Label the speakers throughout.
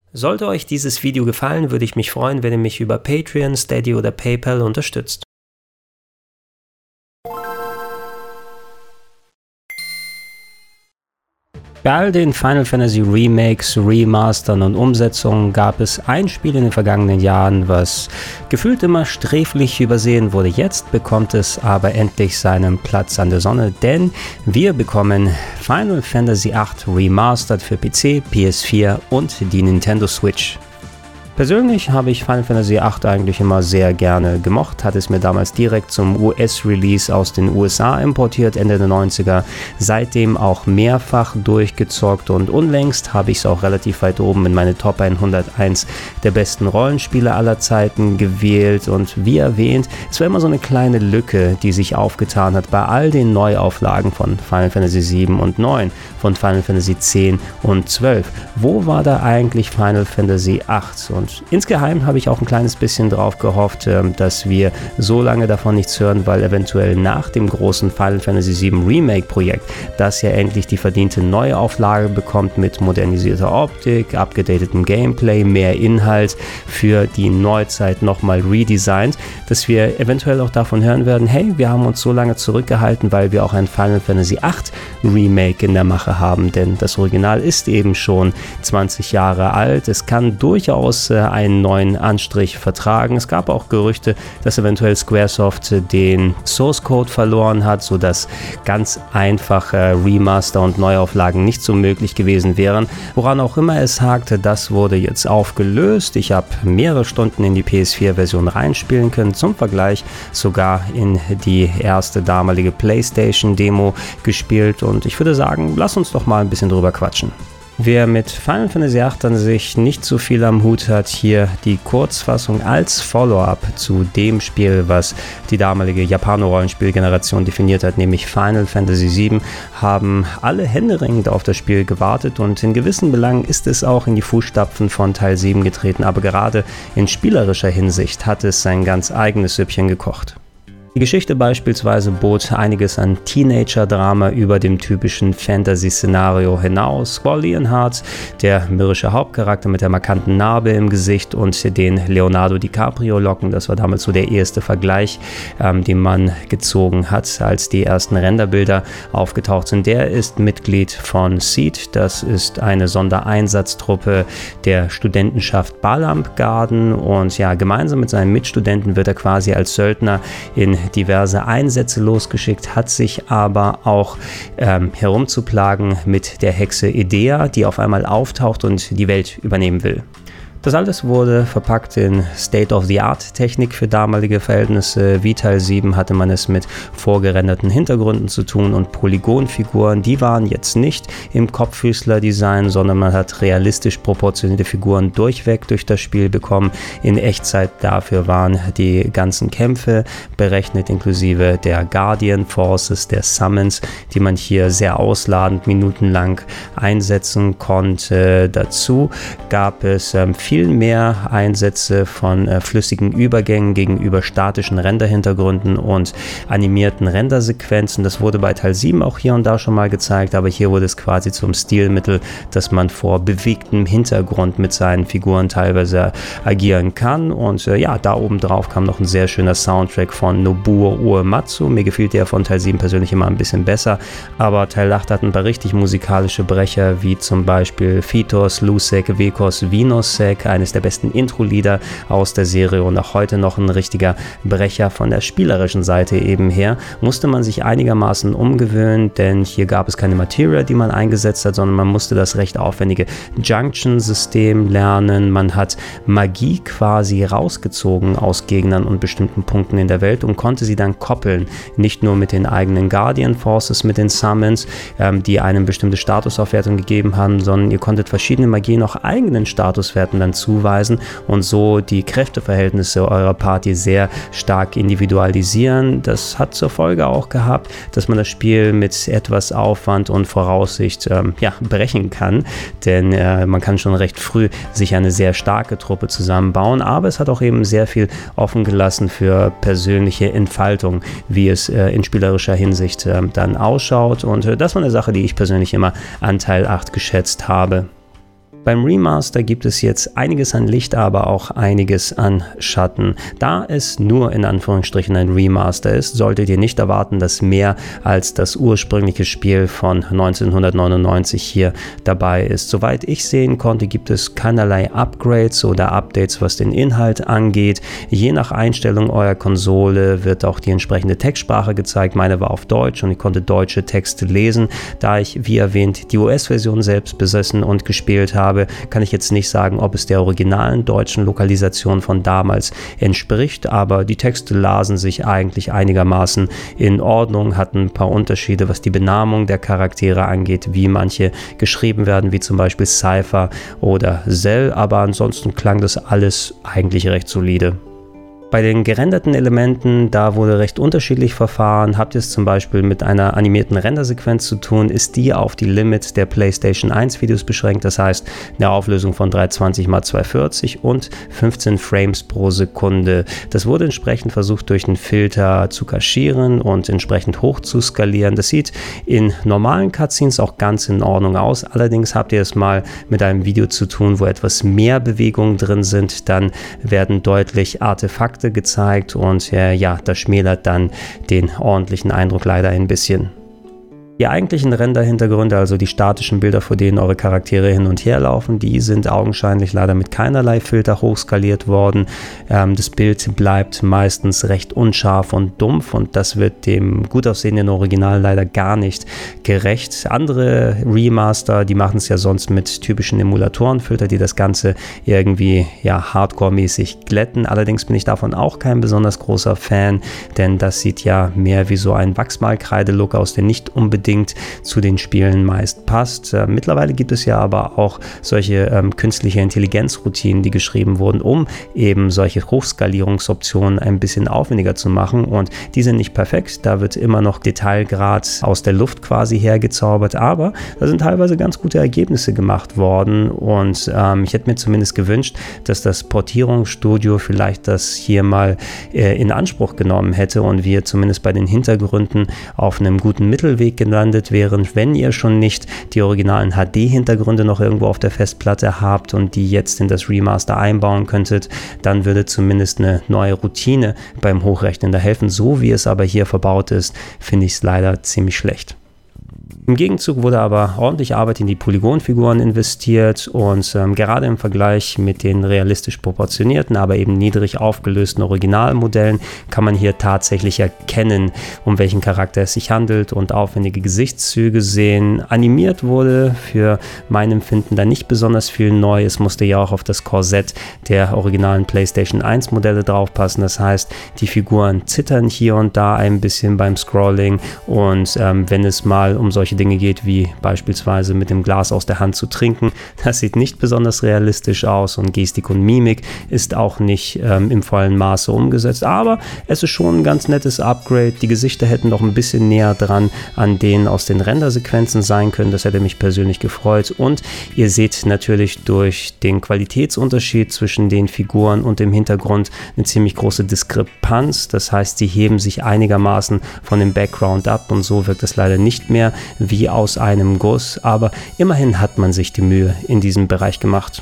Speaker 1: Sollte euch dieses Video gefallen, würde ich mich freuen, wenn ihr mich über Patreon, Steady oder PayPal unterstützt. Bei all den Final Fantasy Remakes, Remastern und Umsetzungen gab es ein Spiel in den vergangenen Jahren, was gefühlt immer sträflich übersehen wurde. Jetzt bekommt es aber endlich seinen Platz an der Sonne, denn wir bekommen Final Fantasy VIII Remastered für PC, PS4 und die Nintendo Switch. Persönlich habe ich Final Fantasy VIII eigentlich immer sehr gerne gemocht, hatte es mir damals direkt zum US-Release aus den USA importiert, Ende der 90er, seitdem auch mehrfach durchgezockt und unlängst habe ich es auch relativ weit oben in meine Top 101 der besten Rollenspiele aller Zeiten gewählt und wie erwähnt, es war immer so eine kleine Lücke, die sich aufgetan hat bei all den Neuauflagen von Final Fantasy 7 und 9, von Final Fantasy 10 und 12. Wo war da eigentlich Final Fantasy 8? Und insgeheim habe ich auch ein kleines bisschen drauf gehofft, dass wir so lange davon nichts hören, weil eventuell nach dem großen Final Fantasy VII Remake Projekt, das ja endlich die verdiente Neuauflage bekommt mit modernisierter Optik, abgedatetem Gameplay, mehr Inhalt für die Neuzeit nochmal redesigned, dass wir eventuell auch davon hören werden, hey, wir haben uns so lange zurückgehalten, weil wir auch ein Final Fantasy VIII Remake in der Mache haben, denn das Original ist eben schon 20 Jahre alt, es kann durchaus einen neuen Anstrich vertragen. Es gab auch Gerüchte, dass eventuell Squaresoft den Source Code verloren hat, sodass ganz einfache Remaster und Neuauflagen nicht so möglich gewesen wären. Woran auch immer es hakte, das wurde jetzt aufgelöst. Ich habe mehrere Stunden in die PS4-Version reinspielen können, zum Vergleich sogar in die erste damalige PlayStation-Demo gespielt und ich würde sagen, lass uns doch mal ein bisschen drüber quatschen. Wer mit Final Fantasy VIII an sich nicht so viel am Hut hat, hier die Kurzfassung als Follow-up zu dem Spiel, was die damalige Japano-Rollenspielgeneration definiert hat, nämlich Final Fantasy VII, haben alle händeringend auf das Spiel gewartet und in gewissen Belangen ist es auch in die Fußstapfen von Teil 7 getreten, aber gerade in spielerischer Hinsicht hat es sein ganz eigenes Süppchen gekocht. Die Geschichte beispielsweise bot einiges an Teenager-Drama über dem typischen Fantasy-Szenario hinaus. Squall Leonhardt, der mürrische Hauptcharakter mit der markanten Narbe im Gesicht und den Leonardo DiCaprio-Locken, das war damals so der erste Vergleich, den man gezogen hat, als die ersten Renderbilder aufgetaucht sind. Der ist Mitglied von SEED, das ist eine Sondereinsatztruppe der Studentenschaft Balamb-Garden und ja, gemeinsam mit seinen Mitstudenten wird er quasi als Söldner in diverse Einsätze losgeschickt, hat sich aber auch herumzuplagen mit der Hexe Edea, die auf einmal auftaucht und die Welt übernehmen will. Das alles wurde verpackt in State-of-the-Art-Technik für damalige Verhältnisse. Wie Teil 7 hatte man es mit vorgerenderten Hintergründen zu tun und Polygonfiguren, die waren jetzt nicht im Kopffüßler-Design, sondern man hat realistisch proportionierte Figuren durchweg durch das Spiel bekommen. In Echtzeit dafür waren die ganzen Kämpfe berechnet, inklusive der Guardian Forces, der Summons, die man hier sehr ausladend minutenlang einsetzen konnte. Dazu gab es viel mehr Einsätze von flüssigen Übergängen gegenüber statischen Renderhintergründen und animierten Rendersequenzen. Das wurde bei Teil 7 auch hier und da schon mal gezeigt, aber hier wurde es quasi zum Stilmittel, dass man vor bewegtem Hintergrund mit seinen Figuren teilweise agieren kann. Und ja, da oben drauf kam noch ein sehr schöner Soundtrack von Nobuo Uematsu. Mir gefiel der von Teil 7 persönlich immer ein bisschen besser, aber Teil 8 hat ein paar richtig musikalische Brecher, wie zum Beispiel Fitos, Lusek, Vekos, Vinosek, eines der besten Intro-Lieder aus der Serie und auch heute noch ein richtiger Brecher von der spielerischen Seite eben her. Musste man sich einigermaßen umgewöhnen, denn hier gab es keine Materia, die man eingesetzt hat, sondern man musste das recht aufwendige Junction-System lernen. Man hat Magie quasi rausgezogen aus Gegnern und bestimmten Punkten in der Welt und konnte sie dann koppeln. Nicht nur mit den eigenen Guardian Forces, mit den Summons, die einem bestimmte Statusaufwertung gegeben haben, sondern ihr konntet verschiedene Magien auch eigenen Statuswerten dann zuweisen und so die Kräfteverhältnisse eurer Party sehr stark individualisieren. Das hat zur Folge auch gehabt, dass man das Spiel mit etwas Aufwand und Voraussicht brechen kann, denn man kann schon recht früh sich eine sehr starke Truppe zusammenbauen, aber es hat auch eben sehr viel offen gelassen für persönliche Entfaltung, wie es in spielerischer Hinsicht dann ausschaut und das war eine Sache, die ich persönlich immer an Teil 8 geschätzt habe. Beim Remaster gibt es jetzt einiges an Licht, aber auch einiges an Schatten. Da es nur in Anführungsstrichen ein Remaster ist, solltet ihr nicht erwarten, dass mehr als das ursprüngliche Spiel von 1999 hier dabei ist. Soweit ich sehen konnte, gibt es keinerlei Upgrades oder Updates, was den Inhalt angeht. Je nach Einstellung eurer Konsole wird auch die entsprechende Textsprache gezeigt. Meine war auf Deutsch und ich konnte deutsche Texte lesen. Da ich, wie erwähnt, die US-Version selbst besessen und gespielt habe, kann ich jetzt nicht sagen, ob es der originalen deutschen Lokalisation von damals entspricht, aber die Texte lasen sich eigentlich einigermaßen in Ordnung, hatten ein paar Unterschiede, was die Benamung der Charaktere angeht, wie manche geschrieben werden, wie zum Beispiel Cypher oder Cell, aber ansonsten klang das alles eigentlich recht solide. Bei den gerenderten Elementen, da wurde recht unterschiedlich verfahren. Habt ihr es zum Beispiel mit einer animierten Rendersequenz zu tun, ist die auf die Limits der PlayStation 1 Videos beschränkt, das heißt eine Auflösung von 320x240 und 15 Frames pro Sekunde. Das wurde entsprechend versucht durch einen Filter zu kaschieren und entsprechend hoch zu skalieren. Das sieht in normalen Cutscenes auch ganz in Ordnung aus, allerdings habt ihr es mal mit einem Video zu tun, wo etwas mehr Bewegungen drin sind, dann werden deutlich Artefakte gezeigt und ja, das schmälert dann den ordentlichen Eindruck leider ein bisschen. Die eigentlichen Render-Hintergründe, also die statischen Bilder, vor denen eure Charaktere hin und her laufen, die sind augenscheinlich leider mit keinerlei Filter hochskaliert worden. Das Bild bleibt meistens recht unscharf und dumpf und das wird dem gut aussehenden Original leider gar nicht gerecht. Andere Remaster, die machen es ja sonst mit typischen Emulatorenfilter, die das Ganze irgendwie ja hardcore-mäßig glätten. Allerdings bin ich davon auch kein besonders großer Fan, denn das sieht ja mehr wie so ein Wachsmalkreide-Look aus, der nicht unbedingt zu den Spielen meist passt. Mittlerweile gibt es ja aber auch solche künstliche Intelligenzroutinen, die geschrieben wurden, um eben solche Hochskalierungsoptionen ein bisschen aufwendiger zu machen und die sind nicht perfekt, da wird immer noch Detailgrad aus der Luft quasi hergezaubert, aber da sind teilweise ganz gute Ergebnisse gemacht worden und ich hätte mir zumindest gewünscht, dass das Portierungsstudio vielleicht das hier mal in Anspruch genommen hätte und wir zumindest bei den Hintergründen auf einem guten Mittelweg gelandet wären, wenn ihr schon nicht die originalen HD-Hintergründe noch irgendwo auf der Festplatte habt und die jetzt in das Remaster einbauen könntet, dann würde zumindest eine neue Routine beim Hochrechnen da helfen. So wie es aber hier verbaut ist, finde ich es leider ziemlich schlecht. Im Gegenzug wurde aber ordentlich Arbeit in die Polygonfiguren investiert und gerade im Vergleich mit den realistisch proportionierten, aber eben niedrig aufgelösten Originalmodellen kann man hier tatsächlich erkennen, um welchen Charakter es sich handelt und aufwendige Gesichtszüge sehen. Animiert wurde für mein Empfinden da nicht besonders viel neu. Es musste ja auch auf das Korsett der originalen PlayStation 1 Modelle draufpassen. Das heißt, die Figuren zittern hier und da ein bisschen beim Scrolling und wenn es mal um solche Dinge geht, wie beispielsweise mit dem Glas aus der Hand zu trinken. Das sieht nicht besonders realistisch aus und Gestik und Mimik ist auch nicht im vollen Maße umgesetzt, aber es ist schon ein ganz nettes Upgrade. Die Gesichter hätten noch ein bisschen näher dran an denen aus den Rendersequenzen sein können. Das hätte mich persönlich gefreut und ihr seht natürlich durch den Qualitätsunterschied zwischen den Figuren und dem Hintergrund eine ziemlich große Diskrepanz. Das heißt, sie heben sich einigermaßen von dem Background ab und so wirkt es leider nicht mehr wie aus einem Guss, aber immerhin hat man sich die Mühe in diesem Bereich gemacht.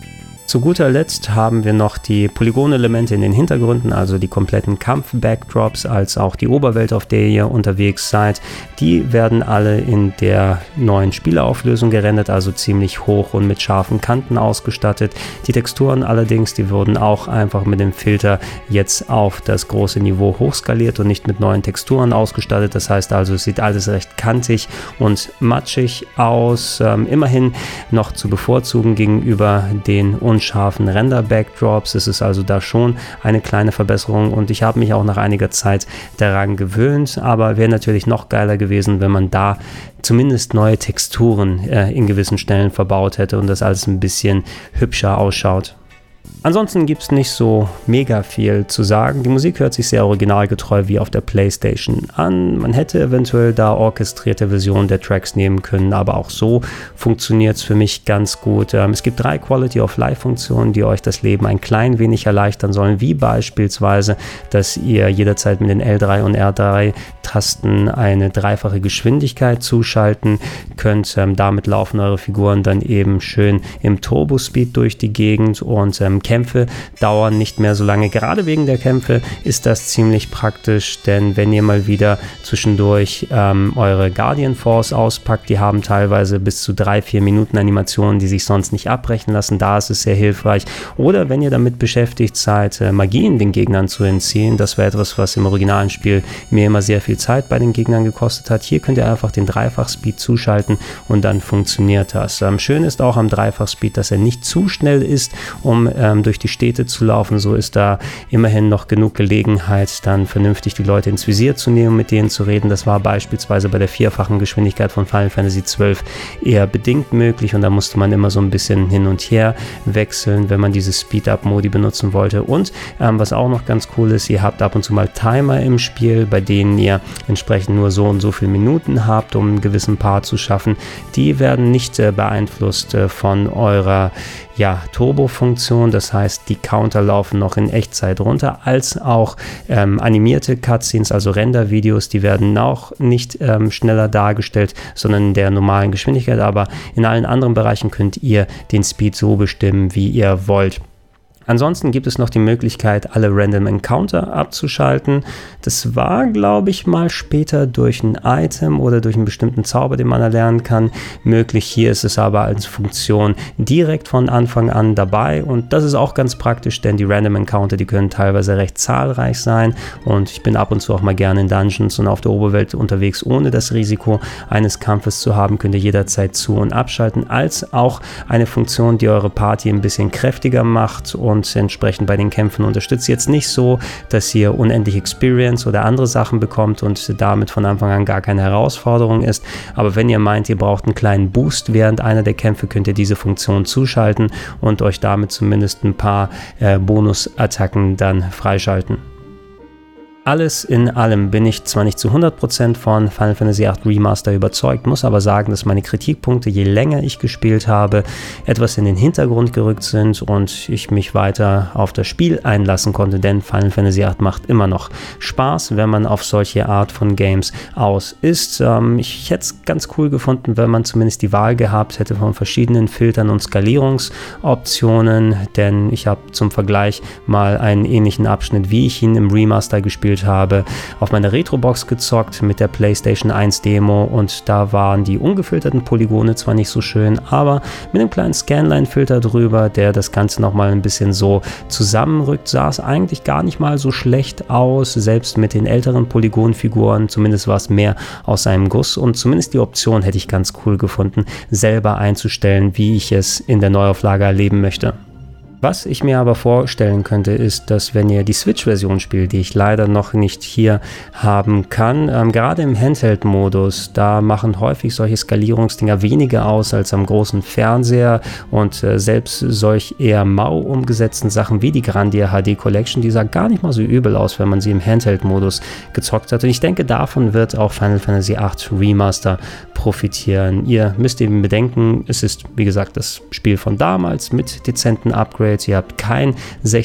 Speaker 1: Zu guter Letzt haben wir noch die Polygonelemente in den Hintergründen, also die kompletten Kampf-Backdrops, als auch die Oberwelt, auf der ihr unterwegs seid. Die werden alle in der neuen Spielauflösung gerendert, also ziemlich hoch und mit scharfen Kanten ausgestattet. Die Texturen allerdings, die wurden auch einfach mit dem Filter jetzt auf das große Niveau hochskaliert und nicht mit neuen Texturen ausgestattet. Das heißt also, es sieht alles recht kantig und matschig aus. Immerhin noch zu bevorzugen gegenüber den unscharfen Render-Backdrops. Es ist also da schon eine kleine Verbesserung und ich habe mich auch nach einiger Zeit daran gewöhnt, aber wäre natürlich noch geiler gewesen, wenn man da zumindest neue Texturen in gewissen Stellen verbaut hätte und das alles ein bisschen hübscher ausschaut. Ansonsten gibt es nicht so mega viel zu sagen. Die Musik hört sich sehr originalgetreu wie auf der PlayStation an. Man hätte eventuell da orchestrierte Versionen der Tracks nehmen können, aber auch so funktioniert es für mich ganz gut. Es gibt 3 Quality-of-Life-Funktionen, die euch das Leben ein klein wenig erleichtern sollen, wie beispielsweise, dass ihr jederzeit mit den L3 und R3-Tasten eine dreifache Geschwindigkeit zuschalten könnt. Damit laufen eure Figuren dann eben schön im Turbo-Speed durch die Gegend und Kämpfe dauern nicht mehr so lange. Gerade wegen der Kämpfe ist das ziemlich praktisch, denn wenn ihr mal wieder zwischendurch eure Guardian Force auspackt, die haben teilweise bis zu 3-4 Minuten Animationen, die sich sonst nicht abbrechen lassen. Da ist es sehr hilfreich. Oder wenn ihr damit beschäftigt seid, Magien den Gegnern zu entziehen, das wäre etwas, was im originalen Spiel mir immer sehr viel Zeit bei den Gegnern gekostet hat. Hier könnt ihr einfach den Dreifach-Speed zuschalten und dann funktioniert das. Schön ist auch am Dreifach-Speed, dass er nicht zu schnell ist, um durch die Städte zu laufen. So ist da immerhin noch genug Gelegenheit, dann vernünftig die Leute ins Visier zu nehmen und mit denen zu reden. Das war beispielsweise bei der 4-fachen Geschwindigkeit von Final Fantasy XII eher bedingt möglich und da musste man immer so ein bisschen hin und her wechseln, wenn man diese Speed-Up-Modi benutzen wollte. Und was auch noch ganz cool ist, ihr habt ab und zu mal Timer im Spiel, bei denen ihr entsprechend nur so und so viele Minuten habt, um einen gewissen Part zu schaffen. Die werden nicht beeinflusst von eurer Turbo-Funktion, das heißt, die Counter laufen noch in Echtzeit runter, als auch animierte Cutscenes, also Render-Videos, die werden auch nicht schneller dargestellt, sondern in der normalen Geschwindigkeit, aber in allen anderen Bereichen könnt ihr den Speed so bestimmen, wie ihr wollt. Ansonsten gibt es noch die Möglichkeit, alle Random Encounter abzuschalten. Das war, glaube ich, mal später durch ein Item oder durch einen bestimmten Zauber, den man erlernen kann, möglich. Hier ist es aber als Funktion direkt von Anfang an dabei und das ist auch ganz praktisch, denn die Random Encounter, die können teilweise recht zahlreich sein und ich bin ab und zu auch mal gerne in Dungeons und auf der Oberwelt unterwegs, ohne das Risiko eines Kampfes zu haben, könnt ihr jederzeit zu- und abschalten, als auch eine Funktion, die eure Party ein bisschen kräftiger macht und entsprechend bei den Kämpfen unterstützt. Jetzt nicht so, dass ihr unendlich Experience oder andere Sachen bekommt und damit von Anfang an gar keine Herausforderung ist, aber wenn ihr meint, ihr braucht einen kleinen Boost während einer der Kämpfe, könnt ihr diese Funktion zuschalten und euch damit zumindest ein paar Bonusattacken dann freischalten. Alles in allem bin ich zwar nicht zu 100% von Final Fantasy VIII Remaster überzeugt, muss aber sagen, dass meine Kritikpunkte, je länger ich gespielt habe, etwas in den Hintergrund gerückt sind und ich mich weiter auf das Spiel einlassen konnte, denn Final Fantasy VIII macht immer noch Spaß, wenn man auf solche Art von Games aus ist. Ich hätte es ganz cool gefunden, wenn man zumindest die Wahl gehabt hätte von verschiedenen Filtern und Skalierungsoptionen, denn ich habe zum Vergleich mal einen ähnlichen Abschnitt, wie ich ihn im Remaster gespielt habe, auf meiner Retrobox gezockt mit der PlayStation 1 Demo und da waren die ungefilterten Polygone zwar nicht so schön, aber mit einem kleinen Scanline-Filter drüber, der das Ganze nochmal ein bisschen so zusammenrückt, sah es eigentlich gar nicht mal so schlecht aus, selbst mit den älteren Polygonfiguren, zumindest war es mehr aus einem Guss und zumindest die Option hätte ich ganz cool gefunden, selber einzustellen, wie ich es in der Neuauflage erleben möchte. Was ich mir aber vorstellen könnte, ist, dass wenn ihr die Switch-Version spielt, die ich leider noch nicht hier haben kann, gerade im Handheld-Modus, da machen häufig solche Skalierungsdinger weniger aus als am großen Fernseher und selbst solch eher mau umgesetzten Sachen wie die Grandia HD Collection, die sah gar nicht mal so übel aus, wenn man sie im Handheld-Modus gezockt hat. Und ich denke, davon wird auch Final Fantasy VIII Remaster profitieren. Ihr müsst eben bedenken, es ist, wie gesagt, das Spiel von damals mit dezenten Upgrades. Ihr habt kein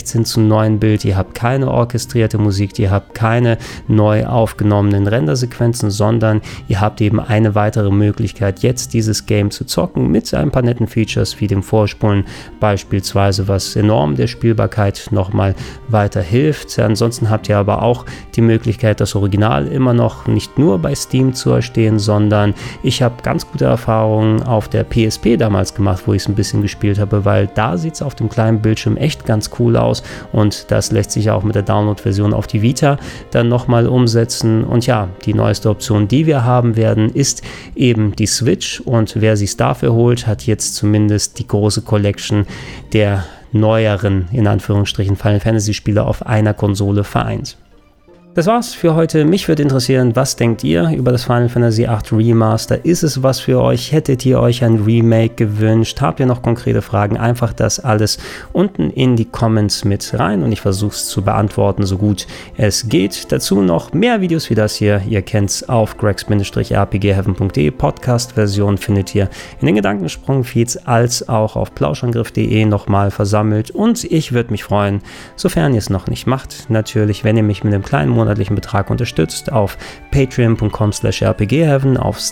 Speaker 1: 16:9 Bild, ihr habt keine orchestrierte Musik, ihr habt keine neu aufgenommenen Rendersequenzen, sondern ihr habt eben eine weitere Möglichkeit, jetzt dieses Game zu zocken mit ein paar netten Features wie dem Vorspulen beispielsweise, was enorm der Spielbarkeit nochmal weiterhilft. Ansonsten habt ihr aber auch die Möglichkeit, das Original immer noch nicht nur bei Steam zu erstehen, sondern ich habe ganz gute Erfahrungen auf der PSP damals gemacht, wo ich es ein bisschen gespielt habe, weil da sieht es auf dem kleinen Bildschirm echt ganz cool aus und das lässt sich auch mit der Download-Version auf die Vita dann nochmal umsetzen und ja, die neueste Option, die wir haben werden, ist eben die Switch und wer sich dafür holt, hat jetzt zumindest die große Collection der neueren, in Anführungsstrichen, Final Fantasy Spiele auf einer Konsole vereint. Das war's für heute. Mich würde interessieren, was denkt ihr über das Final Fantasy VIII Remaster? Ist es was für euch? Hättet ihr euch ein Remake gewünscht? Habt ihr noch konkrete Fragen? Einfach das alles unten in die Comments mit rein und ich versuche es zu beantworten, so gut es geht. Dazu noch mehr Videos wie das hier. Ihr kennt's auf gregs-rpgheaven.de. Podcast-Version findet ihr in den Gedankensprung-Feeds als auch auf plauschangriff.de nochmal versammelt und ich würde mich freuen, sofern ihr es noch nicht macht, natürlich, wenn ihr mich mit einem kleinen monatlichen Betrag unterstützt auf patreon.com/rpgheaven, auf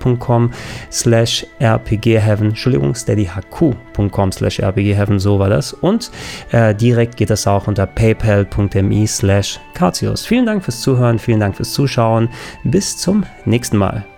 Speaker 1: steady.com/rpgheaven, steadyhq.com/rpgheaven, so war das. Und direkt geht das auch unter paypal.me/Cartius. Vielen Dank fürs Zuhören, vielen Dank fürs Zuschauen. Bis zum nächsten Mal.